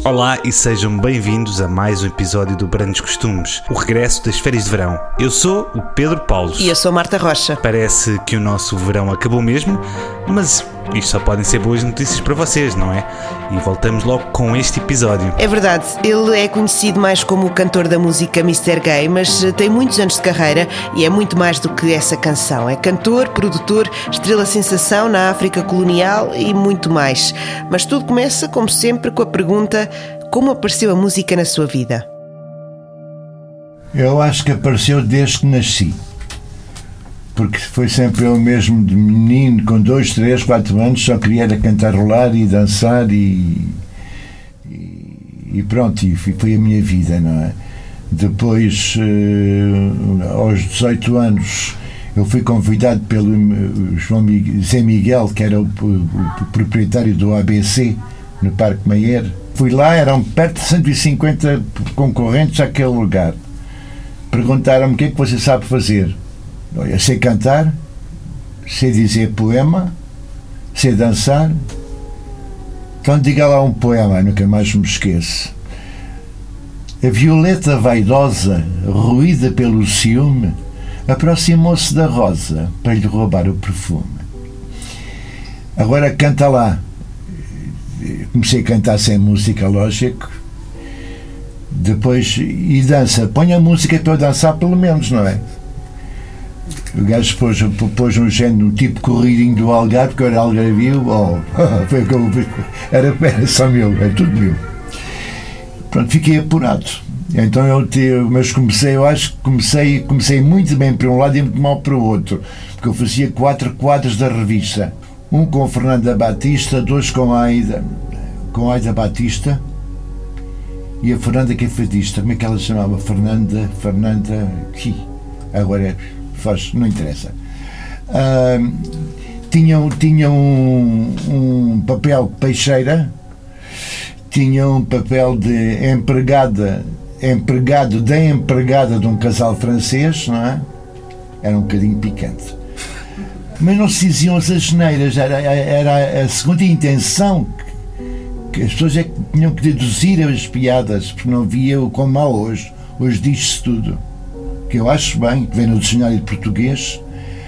Olá e sejam bem-vindos a mais um episódio do Brandos Costumes, o regresso das férias de verão. Eu sou o Pedro Paulos. E eu sou Marta Rocha. Parece que o nosso verão acabou mesmo, mas isto só podem ser boas notícias para vocês, não é? E voltamos logo com este episódio. É verdade, ele é conhecido mais como o cantor da música Mr. Gay, mas tem muitos anos de carreira e é muito mais do que essa canção. É cantor, produtor, estrela sensação na África colonial e muito mais. Mas tudo começa, como sempre, com a pergunta: como apareceu a música na sua vida? Eu acho que apareceu desde que nasci. Porque foi sempre eu mesmo de menino, com 2, 3, 4 anos, só queria era cantarolar e dançar e pronto, e foi a minha vida, não é? Depois, aos 18 anos, eu fui convidado pelo Zé Miguel, que era o proprietário do ABC, no Parque Mayer. Fui lá, eram perto de 150 concorrentes àquele lugar. Perguntaram-me o que é que você sabe fazer. Eu sei cantar, sei dizer poema, sei dançar. Então diga lá um poema, nunca mais me esqueço. A violeta vaidosa, roída pelo ciúme, aproximou-se da rosa para lhe roubar o perfume. Agora canta lá. Comecei a cantar sem música, lógico. Depois, e dança. Põe a música para eu dançar pelo menos, não é? O gajo pôs um género, um tipo corridinho do Algarve, que era algarvio, foi como era só meu, é tudo meu. Pronto, fiquei apurado. Então mas eu acho que comecei muito bem para um lado e muito mal para o outro, porque eu fazia 4 quadros da revista, um com Fernanda Batista, 2 com a Aida Batista e a Fernanda Cafadista. Como é que ela se chamava? Fernanda, agora não interessa. Tinha um papel peixeira, tinha um papel de empregado da empregada de um casal francês, não é? Era um bocadinho picante, mas não se diziam as asneiras, era a segunda intenção, que as pessoas é que tinham que deduzir as piadas, porque não via como há hoje diz-se tudo, que eu acho bem, que vem no dicionário de português.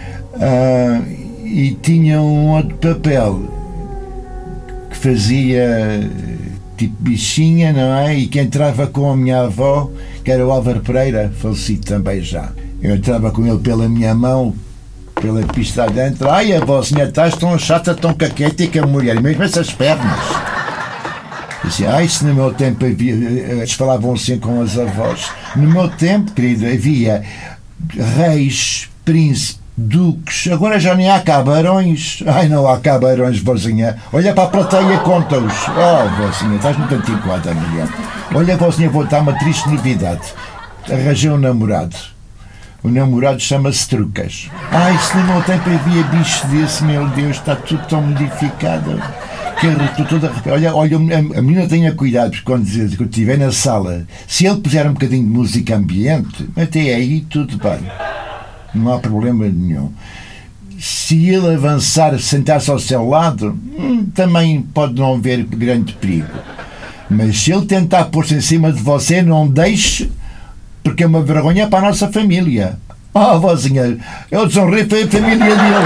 E tinha um outro papel que fazia tipo bichinha, não é? E que entrava com a minha avó, que era o Álvaro Pereira, falecido também já. Eu entrava com ele pela minha mão, pela pista adentro. Ai, a vozinha, estás tão chata, tão caquética, mulher, mesmo essas pernas. Dizia, se no meu tempo havia, eles falavam assim com as avós. No meu tempo, querido, havia reis, príncipes, duques, agora já nem há cabarões. Ai, não há cabarões, vozinha. Olha para a plateia, conta-os. Vozinha, estás muito antiquada, mulher. Olha, vozinha, vou dar uma triste novidade. Arranjei um namorado. O namorado chama-se Trucas. Se no meu tempo havia bicho desse, meu Deus, está tudo tão modificado. Olha, a menina tenha cuidado, porque quando estiver na sala, se ele puser um bocadinho de música ambiente, até aí tudo bem, não há problema nenhum. Se ele avançar, sentar-se ao seu lado, também pode não haver grande perigo. Mas se ele tentar pôr-se em cima de você, não deixe, porque é uma vergonha para a nossa família. Vozinha, eu desonrei, foi a família dele.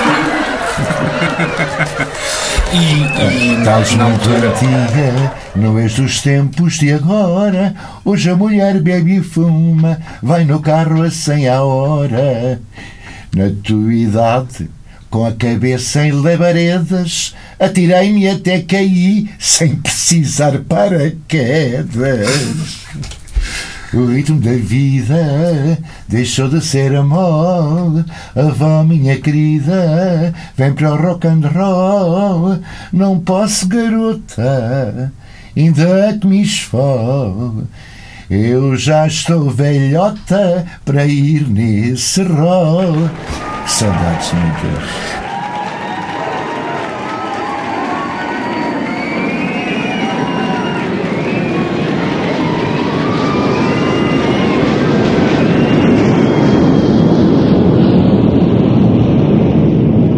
Estás muito antiga, não és dos tempos de agora. Hoje a mulher bebe e fuma, vai no carro a 100 a hora. Na tua idade, com a cabeça em labaredas, atirei-me até caí, sem precisar paraquedas. O ritmo da vida deixou de ser amor. Avó, minha querida, vem para o rock and roll. Não posso, garota, ainda que me esfogue. Eu já estou velhota para ir nesse rol. Que saudades, meu Deus.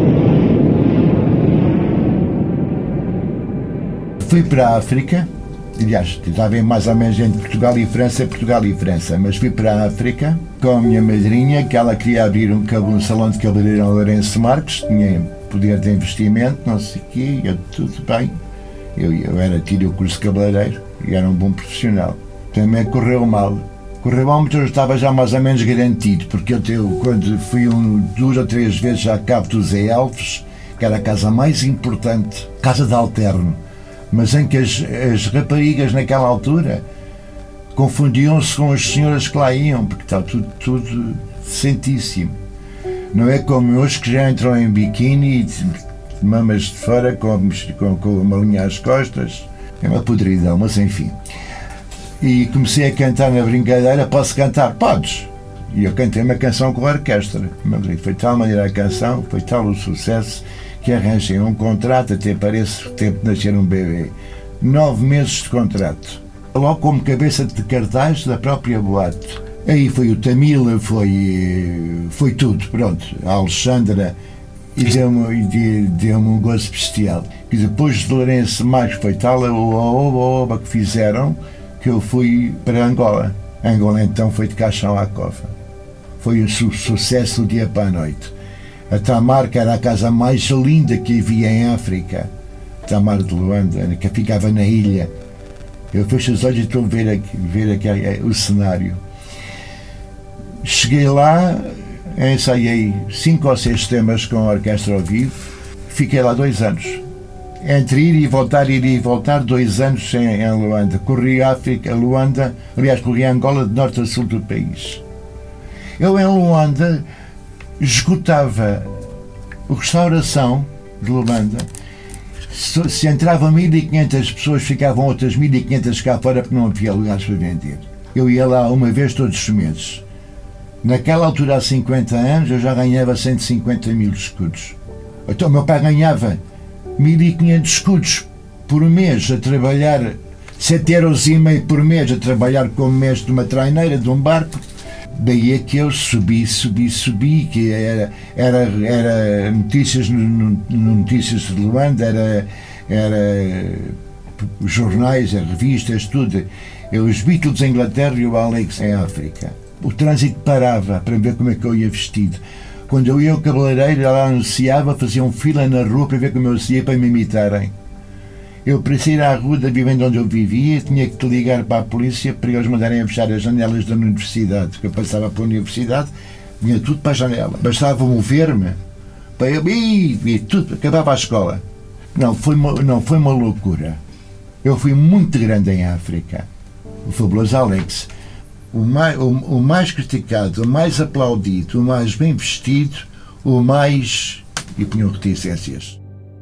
Fui para a África Aliás, estava mais ou menos entre Portugal e França, mas fui para a África com a minha madrinha, que ela queria abrir um salão de cabeleireiro em Lourenço Marques, tinha poder de investimento, não sei o quê, eu, tudo bem. Eu tirei o curso de cabeleireiro e era um bom profissional. Também correu mal, mas eu estava já mais ou menos garantido, porque quando fui 2 ou 3 vezes à Cabo do Zé Alves, que era a casa mais importante, casa de alterno, mas em que as raparigas naquela altura confundiam-se com as senhoras que lá iam, porque está tudo decentíssimo. Não é como hoje, que já entram em biquíni, de mamas de fora, com uma linha às costas. É uma podridão, mas enfim. E comecei a cantar na brincadeira. Posso cantar? Podes! E eu cantei uma canção com a orquestra. Foi tal maneira a canção, foi tal o sucesso, que arranjei um contrato, até parece o tempo de nascer um bebê. 9 meses de contrato. Logo como cabeça de cartaz da própria boate. Aí foi o Tamila, foi tudo, pronto. A Alexandra, e deu-me um gozo especial. E depois de Lourenço Marques, foi tal a oba que fizeram, que eu fui para Angola. Angola então foi de caixão à cova. Foi um sucesso do dia para a noite. A Tamar, que era a casa mais linda que havia em África, Tamar de Luanda, que ficava na ilha. Eu fecho os olhos e estou a ver aqui o cenário. Cheguei lá, ensaiei 5 ou 6 temas com a orquestra ao vivo, fiquei lá 2 anos. Entre ir e voltar 2 anos em Luanda. Corri África, Luanda, aliás, corri Angola de norte a sul do país. Eu em Luanda esgotava a restauração de Luanda. Se entravam 1.500 pessoas, ficavam outras 1.500 cá fora porque não havia lugares para vender. Eu ia lá uma vez todos os meses. Naquela altura, há 50 anos, eu já ganhava 150 mil escudos. Então o meu pai ganhava 1.500 escudos por mês a trabalhar, 7,5 € por mês a trabalhar como mestre de uma traineira de um barco. Daí é que eu subi, que era notícias notícias de Luanda, era jornais, revistas, tudo. Os Beatles em Inglaterra e o Alex em África. O trânsito parava para ver como é que eu ia vestido. Quando eu ia ao cabeleireiro, ela anunciava, faziam fila na rua para ver como eu ia para me imitarem. Eu, para sair à rua da vivenda onde eu vivia, tinha que ligar para a polícia para eles mandarem a fechar as janelas da universidade, porque eu passava pela universidade, vinha tudo para a janela. Bastava mover-me para eu e tudo, acabava a escola. Não foi uma loucura. Eu fui muito grande em África. O fabuloso Alex. O mais criticado, o mais aplaudido, o mais bem vestido, o mais... e punham reticências.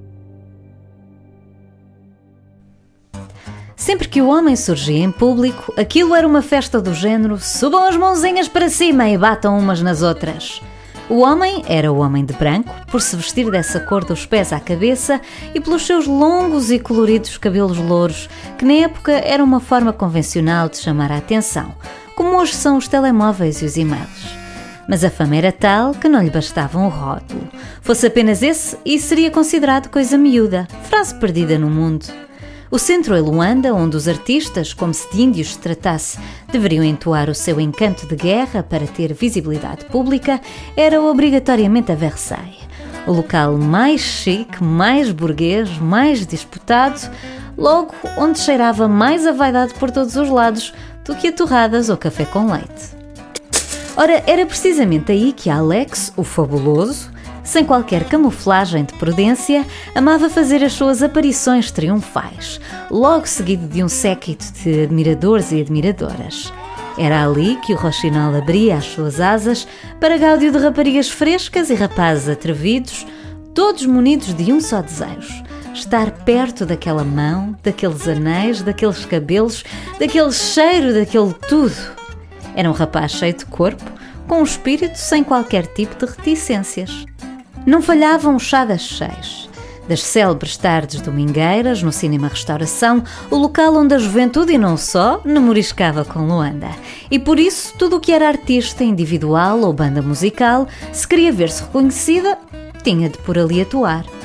Sempre que o homem surgia em público, aquilo era uma festa do género subam as mãozinhas para cima e batam umas nas outras. O homem era o homem de branco, por se vestir dessa cor dos pés à cabeça e pelos seus longos e coloridos cabelos louros, que na época era uma forma convencional de chamar a atenção, como hoje são os telemóveis e os e-mails. Mas a fama era tal que não lhe bastava um rótulo. Fosse apenas esse e seria considerado coisa miúda, frase perdida no mundo. O centro é Luanda, onde os artistas, como se de índios se tratasse, deveriam entoar o seu encanto de guerra para ter visibilidade pública, era obrigatoriamente a Versailles. O local mais chique, mais burguês, mais disputado, logo onde cheirava mais a vaidade por todos os lados do que a torradas ou café com leite. Ora, era precisamente aí que Alex, o fabuloso, sem qualquer camuflagem de prudência, amava fazer as suas aparições triunfais, logo seguido de um séquito de admiradores e admiradoras. Era ali que o Rochinol abria as suas asas para gáudio de raparigas frescas e rapazes atrevidos, todos munidos de um só desejo: estar perto daquela mão, daqueles anéis, daqueles cabelos, daquele cheiro, daquele tudo. Era um rapaz cheio de corpo, com um espírito sem qualquer tipo de reticências. Não falhavam os chá das 6, das célebres tardes domingueiras, no cinema-restauração, o local onde a juventude, e não só, namoriscava com Luanda. E por isso, tudo o que era artista individual ou banda musical, se queria ver-se reconhecida, tinha de por ali atuar.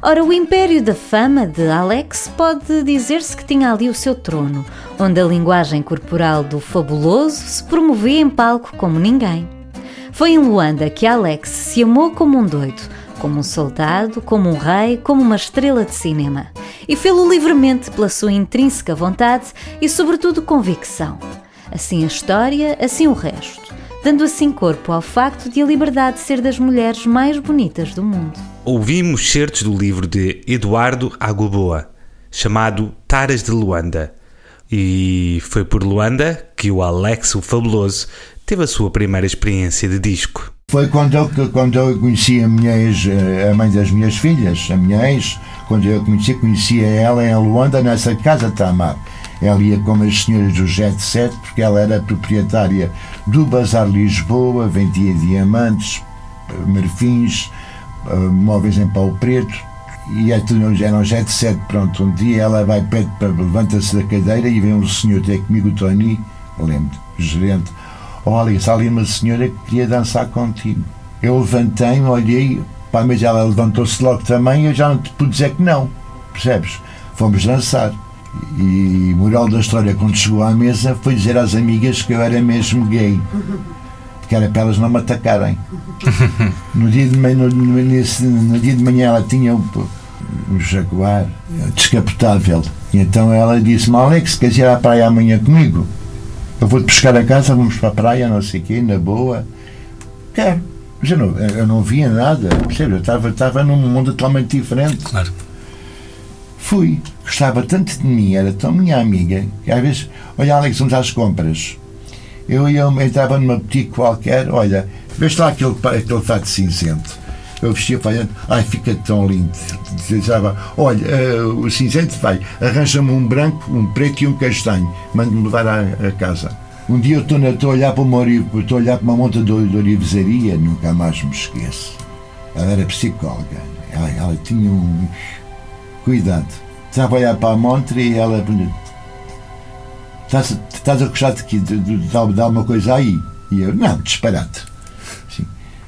Ora, o império da fama de Alex pode dizer-se que tinha ali o seu trono, onde a linguagem corporal do fabuloso se promovia em palco como ninguém. Foi em Luanda que Alex se amou como um doido, como um soldado, como um rei, como uma estrela de cinema. E fê-lo livremente pela sua intrínseca vontade e, sobretudo, convicção. Assim a história, assim o resto, dando assim corpo ao facto de a liberdade ser das mulheres mais bonitas do mundo. Ouvimos certos do livro de Eduardo Aguboa, chamado Taras de Luanda. E foi por Luanda que o Alex, o Fabuloso, teve a sua primeira experiência de disco. Foi quando eu conheci a mãe das minhas filhas, a minha ex, quando eu conhecia ela em Luanda, nessa casa Tamar. Ela ia com as senhoras do Jet Set, porque ela era proprietária do Bazar Lisboa, vendia diamantes, marfins, móveis em pau preto, e era um Jet Set. Pronto, um dia ela vai perto, levanta-se da cadeira e vem um senhor ter comigo, o Tony, lembro, o gerente. Olha, está ali uma senhora que queria dançar contigo. Eu levantei-me, olhei, pá, mas ela levantou-se logo também, eu já não te pude dizer que não, percebes? Fomos dançar. E moral da história, quando chegou à mesa, foi dizer às amigas que eu era mesmo gay, que era para elas não me atacarem. No dia de manhã ela tinha um Jaguar descapotável, e então ela disse-me: Alex, queres ir à praia amanhã comigo? Eu vou-te buscar a casa, vamos para a praia, não sei o quê, na boa. Quero. Mas eu não via nada, percebe? Eu estava num mundo totalmente diferente. Claro. Fui. Gostava tanto de mim, era tão minha amiga, que às vezes, olha, Alex, vamos às compras. Eu entrava numa boutique qualquer, olha, vês lá aquele fato cinzento. Eu vestia falhando, ai, fica tão lindo. Dizia, olha, o cinzento vai, arranja-me um branco, um preto e um castanho, manda-me levar à casa. Um dia eu estou a olhar para uma monta de orivesaria, nunca mais me esqueço. Ela era psicóloga, ela tinha um cuidado. Estava a olhar para a montra e ela estás a gostar de alguma coisa aí? E eu, não, disparate. Sim.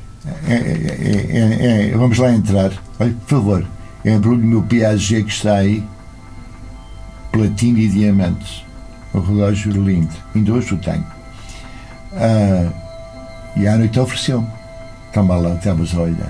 Vamos lá entrar. Olha, por favor, embrulhe o meu Piaget que está aí, platino e diamantes. O relógio lindo. Ainda hoje o tenho. E à noite ofereceu-me. Toma lá, estavas a olhar.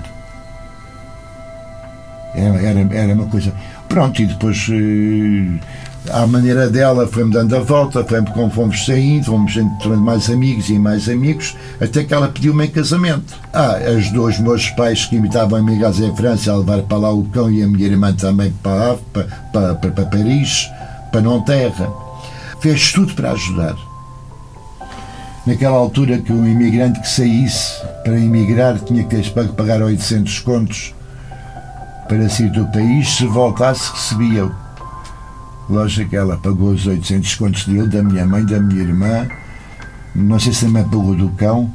Era uma coisa. Pronto, e depois, à maneira dela, foi-me dando a volta, fomos saindo, fomos entrando mais amigos, até que ela pediu-me em casamento. Ajudou os meus pais que estavam amigas em França a levar para lá o cão e a minha irmã também para Paris, para Nanterre. Fez tudo para ajudar. Naquela altura que um imigrante que saísse para emigrar tinha que pagar 800 contos para sair do país, se voltasse recebia-o. Lógico que ela pagou os 800 contos dele, da minha mãe, da minha irmã, não sei se também pagou do cão,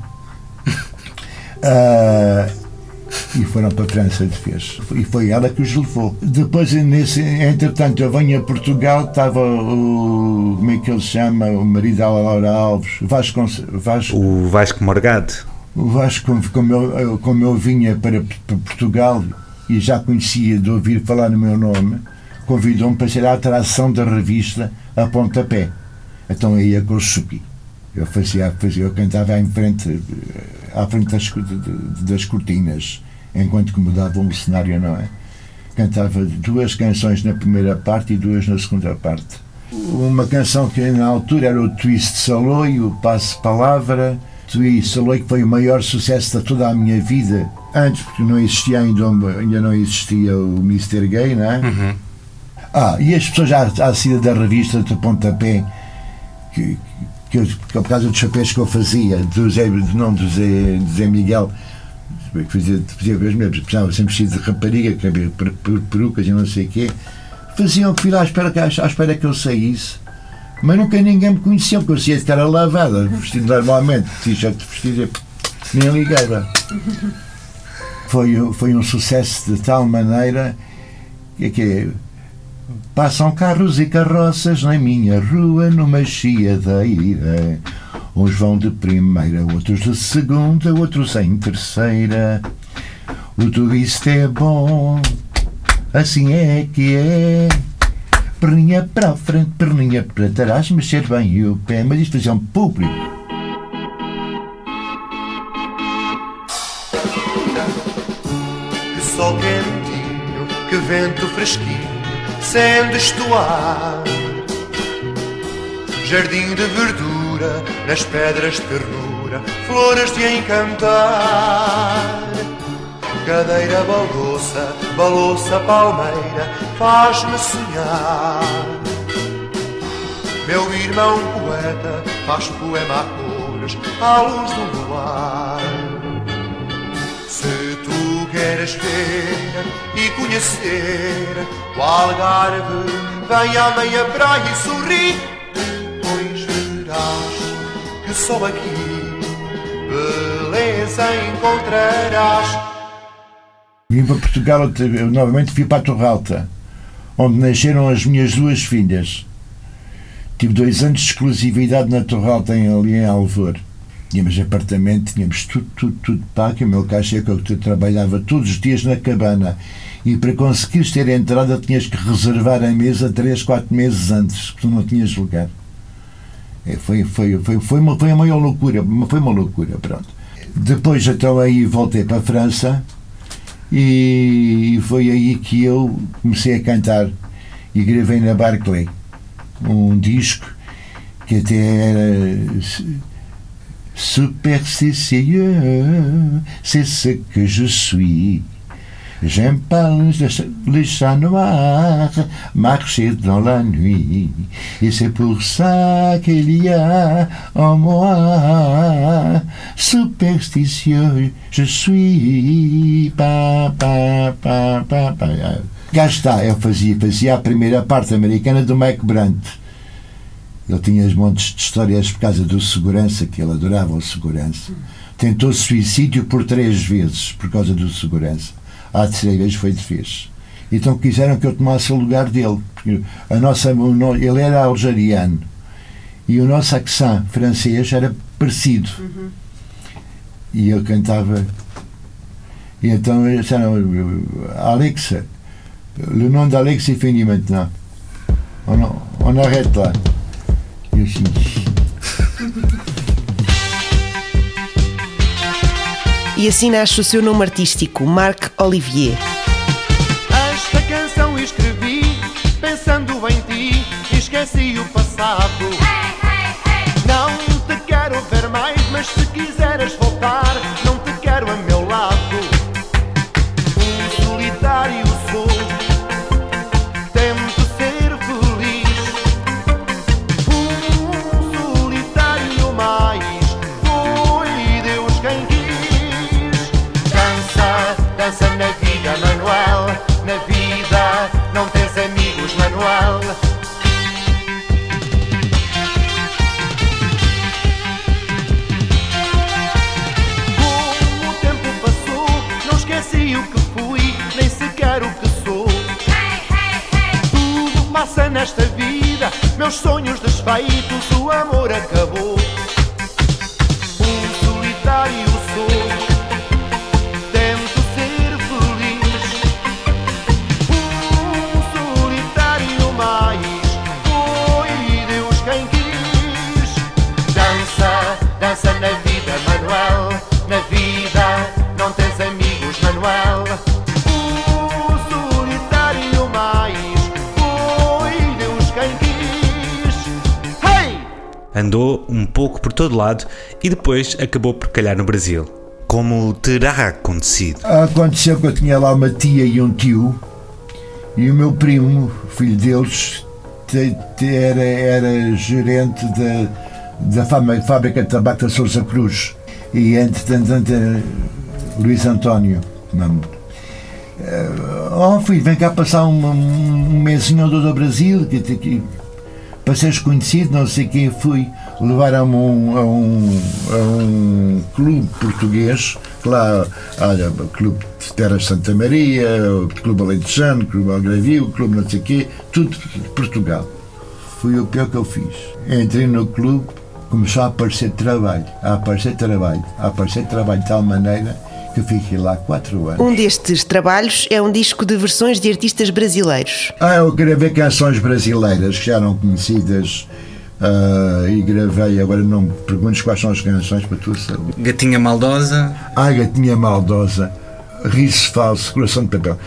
e foram para a França de vez. E foi ela que os levou. Depois, entretanto, eu venho a Portugal, estava como é que ele se chama, o marido da Laura Alves, o Vasco Morgado. O Vasco, como eu vinha para Portugal e já conhecia de ouvir falar no meu nome, convidou-me para ser a atração da revista a pontapé. Então aí é que eu subi. Eu cantava à frente das cortinas, enquanto que mudavam o cenário, não é? Cantava 2 canções na primeira parte e 2 na segunda parte. Uma canção que na altura era o Twist Saloy, o Passe Palavra. Twist Saloy, que foi o maior sucesso de toda a minha vida, antes, porque não existia ainda não existia o Mr. Gay, não é? Uhum. E as pessoas à saída da revista de pontapé, que por causa dos chapéus que eu fazia, do Zé Miguel, que fazia mesmo, precisava sempre vestido de rapariga, perucas e não sei o quê, faziam que fui lá à espera que eu saísse, mas nunca ninguém me conhecia, porque eu saía de cara lavada, vestido normalmente, t-shirt vestido, nem ligava. Foi um sucesso de tal maneira que passam carros e carroças na minha rua numa chiadeira. Uns vão de primeira, outros de segunda, outros em terceira. O twist é bom, assim é que é. Perninha para a frente, perninha para trás, mexer bem o pé, mas isto fazia um público. Que sol quentinho, que vento fresquinho, sendo estuar. Jardim de verdura, nas pedras de ternura, flores de encantar. Cadeira baldoça, balouça palmeira, faz-me sonhar. Meu irmão poeta faz poema a cores, à luz do luar. Se tu queres ver e conhecer o Algarve, vem à meia praia e sorri, pois verás que só aqui beleza encontrarás. Vim para Portugal, eu novamente fui para a Torralta, onde nasceram as minhas 2 filhas. Tive 2 anos de exclusividade na Torralta, ali em Alvor. Tínhamos apartamento, tínhamos tudo pago, e o meu caixa que eu trabalhava todos os dias na cabana. E para conseguires ter entrada tinhas que reservar a mesa 3, 4 meses antes, porque tu não tinhas lugar. Foi uma maior loucura, pronto. Depois então aí voltei para a França, e foi aí que eu comecei a cantar e gravei na Barclay um disco que até era superstitieux, c'est ce que je suis. J'aime pas les chats noirs, marcher dans la nuit, et c'est pour ça qu'il y a en moi superstitieux, je suis. Cá está, eu fazia a primeira parte americana do Mac Brandt. Ele tinha as montes de histórias por causa do segurança, que ele adorava o segurança. Tentou suicídio por 3 vezes por causa do segurança. A terceira vez foi de vez. Então quiseram que eu tomasse o lugar dele. Porque ele era algeriano e o nosso accent francês era parecido. E eu cantava. E então eles disseram: Alex, le nom d'Alex est fini maintenant. On arrête là. E eu assim. E assim nasce o seu nome artístico, Marc Olivier. Esta canção escrevi pensando em ti e esqueci o passado. Não te quero ver mais, mas se quiseres voltar, não te quero a meu lado. Um solitário sou, tento ser feliz. Um solitário mais, foi Deus quem quis. Dança na vida, Manuel. Na vida não tens amigos, Manuel. Como o tempo passou, não esqueci o que fui, nem sequer o que sou. Tudo passa nesta vida, meus sonhos desfeitos, o amor acabou. Um solitário sou, dança na vida, Manuel. Na vida não tens amigos, Manuel. O solitário mais, foi Deus quem quis. Hey! Andou um pouco por todo lado e depois acabou por calhar no Brasil. Como terá acontecido? Aconteceu que eu tinha lá uma tia e um tio, e o meu primo, filho deles, era gerente da fábrica de tabaco da Sousa Cruz. E entretanto Luís António, filho, vem cá passar um mesinho do Brasil, que para seres conhecido, não sei quem fui. Levaram-me a um clube português, que lá, olha, o Clube de Terras de Santa Maria, o Clube Alentejano, o Clube Algravio, o Clube não sei o quê, tudo de Portugal. Foi o pior que eu fiz. Entrei no clube, começou a aparecer trabalho de tal maneira que eu fiquei lá 4 anos. Um destes trabalhos é um disco de versões de artistas brasileiros. Eu gravei canções brasileiras que já eram conhecidas e gravei, agora não me perguntes quais são as canções para tu saber. Gatinha Maldosa. Gatinha Maldosa, Riso Falso, Coração de Papel.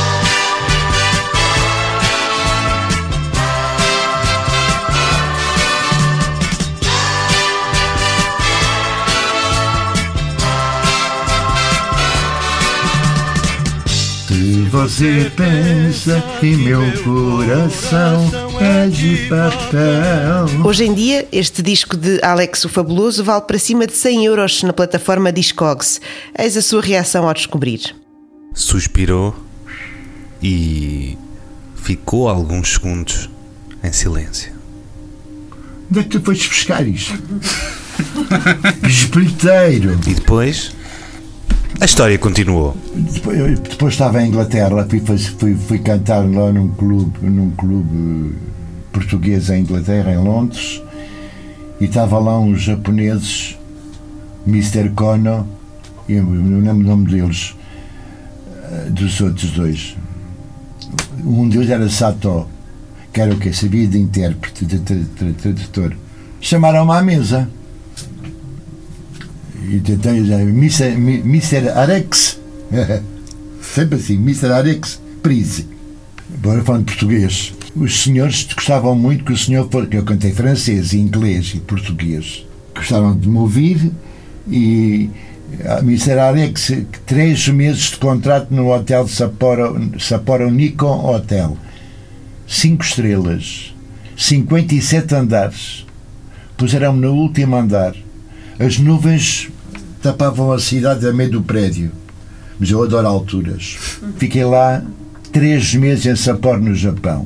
Se você pensa que meu coração é de papel. Hoje em dia, este disco de Alex o Fabuloso vale para cima de 100 euros na plataforma Discogs. Eis a sua reação ao descobrir. Suspirou e ficou alguns segundos em silêncio. Onde é que tu foste buscar isto? Espreiteiro. E depois, a história continuou. Depois estava em Inglaterra, fui cantar lá num clube português em Inglaterra, em Londres, e estava lá uns japoneses, Mr. Kono, e eu não lembro o nome deles, dos outros dois. Um deles era Sato, que era o quê? Sabia de intérprete, de tradutor. Chamaram-me à mesa. E tentei dizer, Mr. Alex, sempre assim, Mr. Alex Prise. Agora falando português. Os senhores gostavam muito que o senhor, porque eu cantei francês, inglês e português, gostaram de me ouvir, e Mr. Alex, 3 meses de contrato no hotel Sapporo Nikon Hotel, 5 estrelas, 57 andares, puseram-me no último andar. As nuvens tapavam a cidade a meio do prédio, mas eu adoro alturas. Fiquei lá 3 meses em Sapporo, no Japão.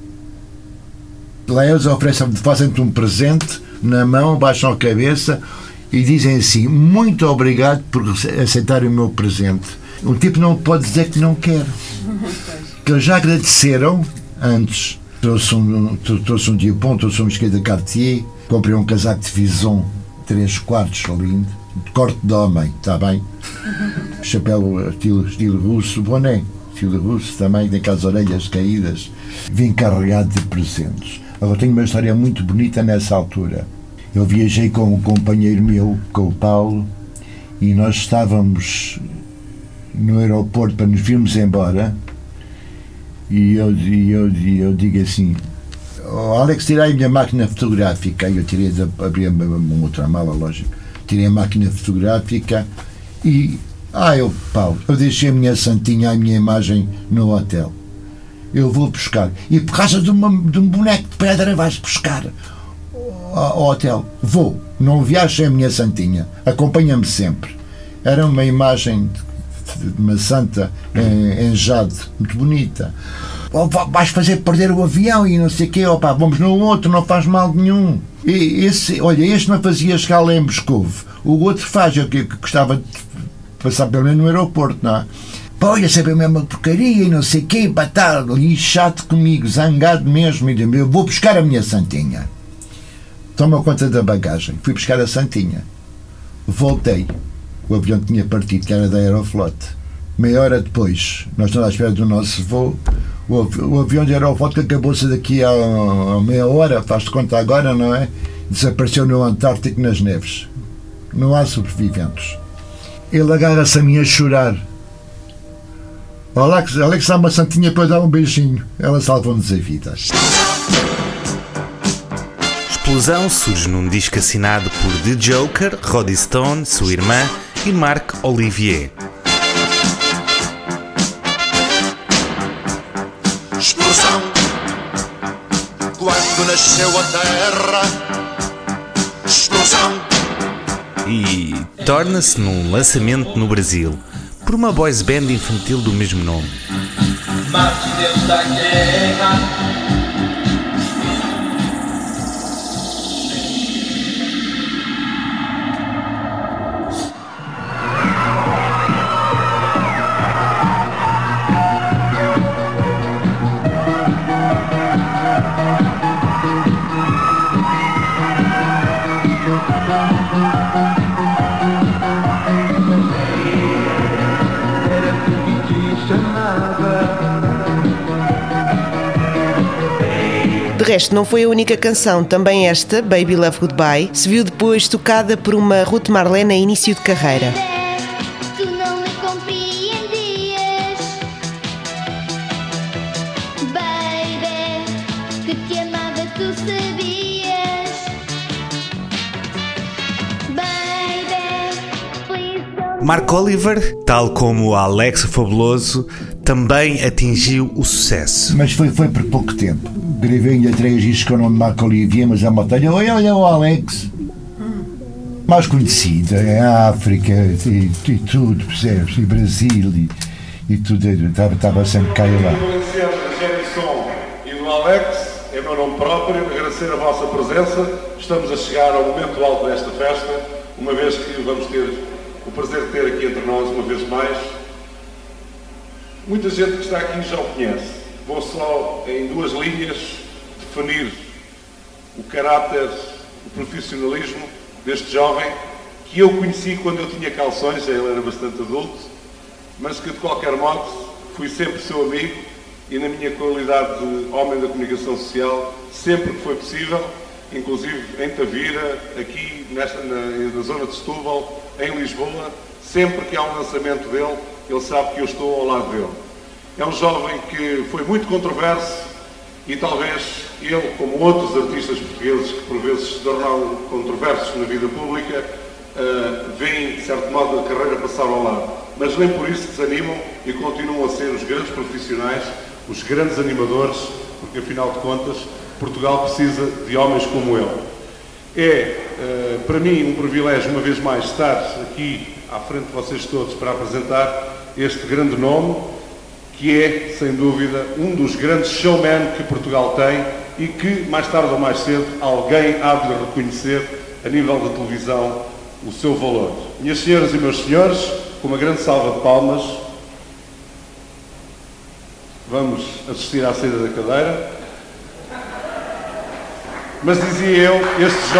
Lá eles fazem-te um presente na mão, baixam a cabeça e dizem assim: muito obrigado por aceitar o meu presente. O tipo não pode dizer que não quer, que eles já agradeceram antes. Trouxe um diapão, trouxe uma esquerda Cartier, comprei um casaco de Vison 3/4 lindo, de corte de homem, está bem? Chapéu estilo russo, boné estilo russo também, tem aquelas orelhas caídas. Vim carregado de presentes. Agora tenho uma história muito bonita nessa altura. Eu viajei com um companheiro meu, com o Paulo, e nós estávamos no aeroporto para nos virmos embora, e eu digo assim: Alex, tirei a minha máquina fotográfica. E eu abri uma outra mala, lógico, tirei a máquina fotográfica e Paulo, eu deixei a minha santinha, a minha imagem no hotel. Eu vou buscar. E por causa de um boneco de pedra vais buscar ao hotel. Vou. Não viajo sem a minha santinha. Acompanha-me sempre. Era uma imagem de uma santa em jade, muito bonita. Vais fazer perder o avião e não sei o quê. Vamos no outro, não faz mal nenhum. Este não fazia escala em Moscovo. O outro faz. Eu que gostava de passar pelo menos no aeroporto, não é? Olha, sabe a mesma porcaria e não sei o quê, batalha, ali chato comigo, zangado mesmo, e eu vou buscar a minha santinha. Toma conta da bagagem. Fui buscar a santinha. Voltei. O avião tinha partido, que era da Aeroflot. Meia hora depois, nós estamos à espera do nosso voo. O avião de Aeroflot, que acabou-se daqui a meia hora, faz-te conta agora, não é? Desapareceu no Antártico, nas neves. Não há sobreviventes. Ele agarra-se a mim a chorar. Alex, dá uma santinha para eu dar um beijinho. Ela salvou-nos a vida. Explosão surge num disco assinado por The Joker, Roddy Stone, sua irmã e Marc Olivier. Explosão. Quando nasceu a terra. Explosão. E torna-se num lançamento no Brasil por uma boys band infantil do mesmo nome. Marte Deus da guerra. resto, não foi a única canção. Também esta, Baby Love Goodbye, se viu depois tocada por uma Ruth Marlene a início de carreira. Tu não me compreendias, baby, que te amava, tu sabias, baby, please don't. Mark Oliver, tal como o Alex o Fabuloso, também atingiu o sucesso. Mas foi por pouco tempo. Gravei-lhe 3 discos com o nome de Marco Olivier, mas a malta, olha o Alex. Mais conhecido, em África e tudo, percebes? E Brasil e tudo, estava sempre cá e lá. Valenciano, da Gerson e do Alex, em meu nome próprio, agradecer a vossa presença. Estamos a chegar ao momento alto desta festa, uma vez que vamos ter o prazer de ter aqui entre nós, uma vez mais. Muita gente que está aqui já o conhece. Vou só, em 2 linhas, definir o caráter, o profissionalismo deste jovem, que eu conheci quando eu tinha calções, ele era bastante adulto, mas que de qualquer modo fui sempre seu amigo e na minha qualidade de homem da comunicação social, sempre que foi possível, inclusive em Tavira, aqui na zona de Setúbal, em Lisboa, sempre que há um lançamento dele, ele sabe que eu estou ao lado dele. É um jovem que foi muito controverso e talvez ele, como outros artistas portugueses que por vezes se tornaram controversos na vida pública, veem, de certo modo, a carreira passar ao lado. Mas nem por isso desanimam e continuam a ser os grandes profissionais, os grandes animadores, porque afinal de contas Portugal precisa de homens como ele. É, para mim, um privilégio, uma vez mais, estar aqui à frente de vocês todos para apresentar este grande nome, que é, sem dúvida, um dos grandes showmen que Portugal tem e que, mais tarde ou mais cedo, alguém há de reconhecer, a nível da televisão, o seu valor. Minhas senhoras e meus senhores, com uma grande salva de palmas, vamos assistir à saída da cadeira. Mas dizia eu, este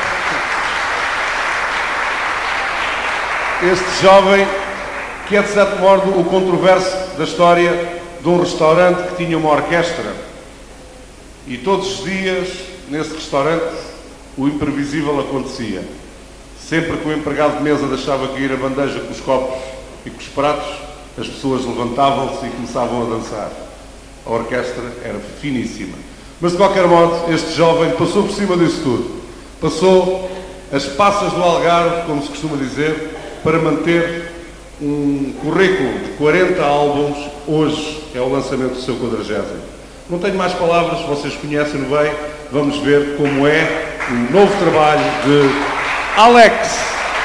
jovem que é de certo modo o controverso da história de um restaurante que tinha uma orquestra e todos os dias nesse restaurante o imprevisível acontecia. Sempre que o empregado de mesa deixava cair a bandeja com os copos e com os pratos, as pessoas levantavam-se e começavam a dançar. A orquestra era finíssima. Mas de qualquer modo, este jovem passou por cima disso tudo. Passou as passas do Algarve, como se costuma dizer, para manter um currículo de 40 álbuns. Hoje é o lançamento do seu 40º. Não tenho mais palavras, vocês conhecem-no bem. Vamos ver como é o novo trabalho de Alex.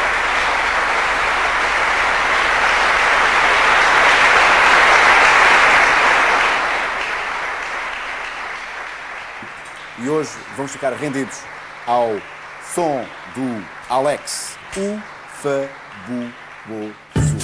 E hoje vamos ficar rendidos ao som do Alex, o Fabuloso.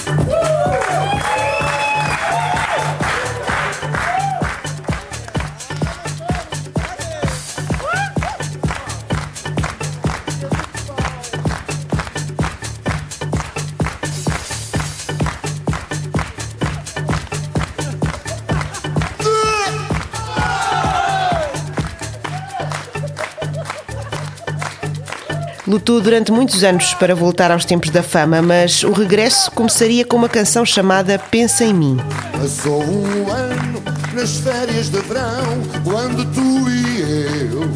Lutou durante muitos anos para voltar aos tempos da fama, mas o regresso começaria com uma canção chamada Pensa em Mim. Passou um ano nas férias de verão, quando tu e eu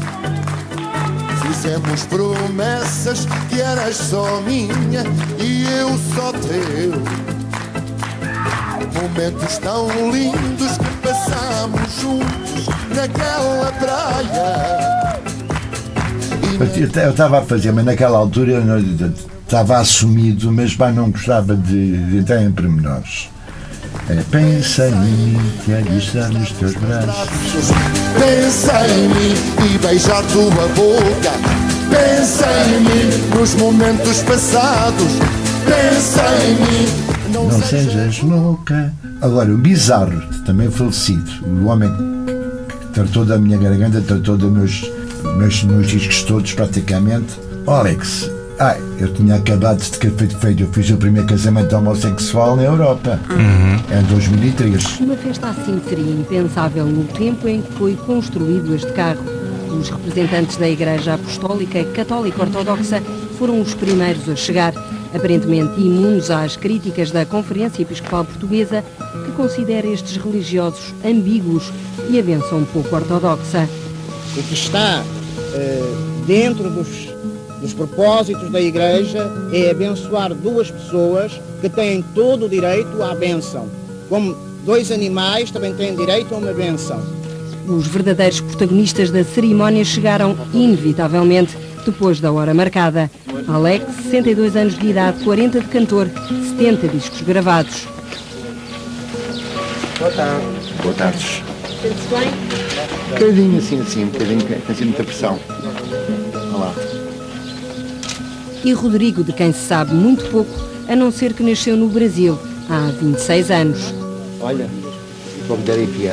fizemos promessas que eras só minha e eu só teu. Momentos tão lindos que passámos juntos naquela praia. Eu estava a fazer, mas naquela altura eu estava assumido, mas não gostava de entrar em pormenores. Pensa em mim, quero estar nos teus braços. Pensa em mim e beijar tua boca. Pensa em mim nos momentos passados. Pensa em mim. Não sejas louca. Agora, o Bizarro, também falecido, o homem que tratou da minha garganta, tratou dos meus discos todos praticamente. Alex, Eu tinha acabado de ter feito, eu fiz o primeiro casamento homossexual na Europa, em 2003. Uma festa assim seria impensável no tempo em que foi construído este carro. Os representantes da Igreja Apostólica Católica Ortodoxa foram os primeiros a chegar, aparentemente imunes às críticas da Conferência Episcopal Portuguesa, que considera estes religiosos ambíguos e a benção pouco ortodoxa. O que está dentro dos propósitos da Igreja é abençoar duas pessoas que têm todo o direito à bênção. Como dois animais também têm direito a uma bênção. Os verdadeiros protagonistas da cerimónia chegaram inevitavelmente depois da hora marcada. Alex, 62 anos de idade, 40 de cantor, 70 discos gravados. Boa tarde. Boa tarde. Sente-se bem? Um bocadinho assim, um bocadinho, tem sido muita pressão. Olha lá. E Rodrigo, de quem se sabe muito pouco, a não ser que nasceu no Brasil há 26 anos. Olha, vou-me dar enfiar.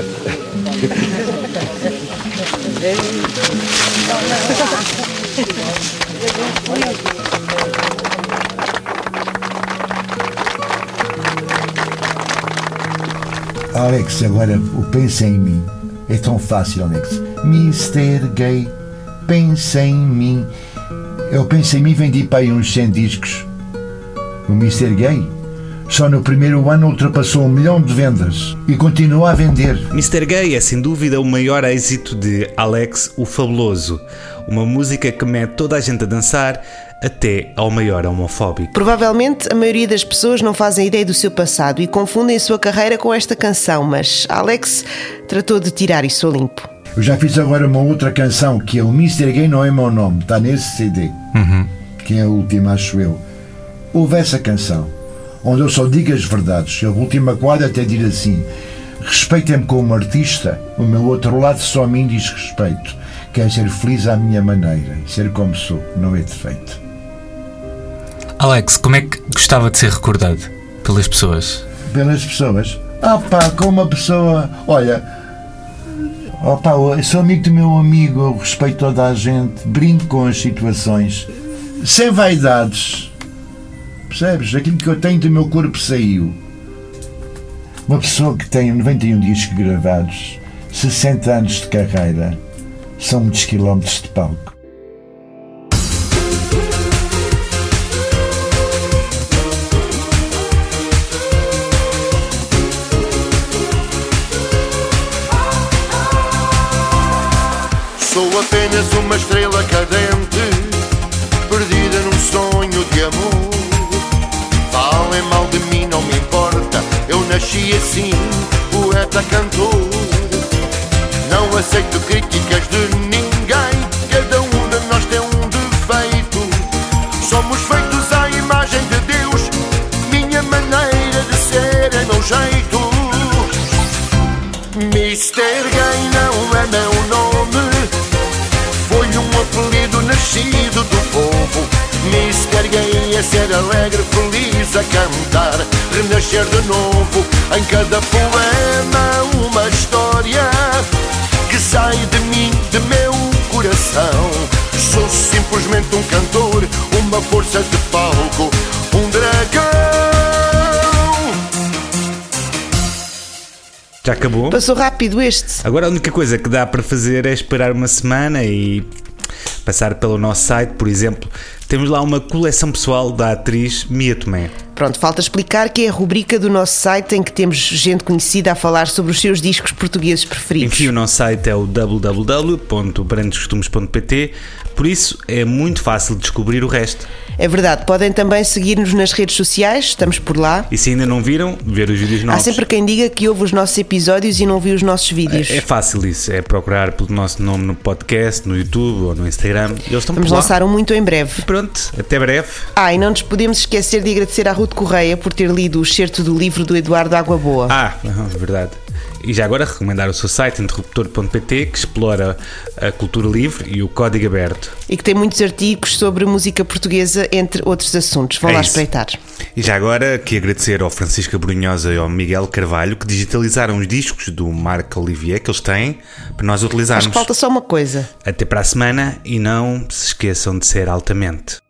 Alex, agora o Pensa em Mim. É tão fácil, Alex. Mr. Gay, pensa em mim. Eu Pensa em Mim, vendi para aí uns 100 discos. O Mr. Gay só no primeiro ano ultrapassou 1 milhão de vendas e continua a vender. Mr. Gay é sem dúvida o maior êxito de Alex o Fabuloso, uma música que mete toda a gente a dançar, até ao maior homofóbico. Provavelmente a maioria das pessoas não fazem ideia do seu passado e confundem a sua carreira com esta canção, mas Alex tratou de tirar isso a limpo. Eu já fiz agora uma outra canção que é o Mr. Gay Não É Meu Nome, está nesse CD, que é a última, acho eu. Ouve essa canção, onde eu só digo as verdades. A última quadra até diz assim: respeitem-me como artista, o meu outro lado só a mim diz respeito. Quero ser feliz à minha maneira, ser como sou, não é defeito. Alex, como é que gostava de ser recordado pelas pessoas? Pelas pessoas? Como uma pessoa, olha, eu sou amigo do meu amigo, eu respeito toda a gente, brinco com as situações, sem vaidades. Percebes? Aquilo que eu tenho do meu corpo saiu. Uma pessoa que tem 91 discos gravados, 60 anos de carreira, são muitos quilómetros de palco. Sou apenas uma estrela cadente, perdida num sonho de amor. Falem mal de mim, não me importa, eu nasci assim, poeta cantor. Não aceito críticas de ninguém, cada um de nós tem um defeito. Somos feitos à imagem de Deus, minha maneira de ser é meu jeito. Mr. Gay não é meu nome, foi um apelido nascido do povo. Mr. Gay é ser alegre, feliz a cantar, renascer de novo. Em cada poema uma história que sai de mim, de meu coração. Sou simplesmente um cantor, uma força de palco, um dragão. Já acabou? Passou rápido este. Agora a única coisa que dá para fazer é esperar uma semana e passar pelo nosso site, por exemplo. Temos lá uma coleção pessoal da atriz Mia Tomé. Pronto, falta explicar que é a rubrica do nosso site em que temos gente conhecida a falar sobre os seus discos portugueses preferidos. Enfim, o nosso site é o www.brandoscostumes.pt, por isso é muito fácil descobrir o resto. É verdade, podem também seguir-nos nas redes sociais, estamos por lá. E se ainda não viram, ver os vídeos novos. Há sempre quem diga que ouve os nossos episódios e não viu os nossos vídeos. É fácil isso, é procurar pelo nosso nome no podcast, no YouTube ou no Instagram. Eles estão Vamos por lá. lançar um muito em breve. E pronto, até breve. E não nos podemos esquecer de agradecer à Ruth Correia por ter lido o excerto do livro do Eduardo Água Boa. Verdade. E já agora recomendar o seu site interruptor.pt, que explora a cultura livre e o código aberto. E que tem muitos artigos sobre música portuguesa, entre outros assuntos. Vão lá espreitar. E já agora que agradecer ao Francisco Brunhosa e ao Miguel Carvalho, que digitalizaram os discos do Marc Olivier que eles têm para nós utilizarmos. Acho que falta só uma coisa. Até para a semana e não se esqueçam de ser altamente.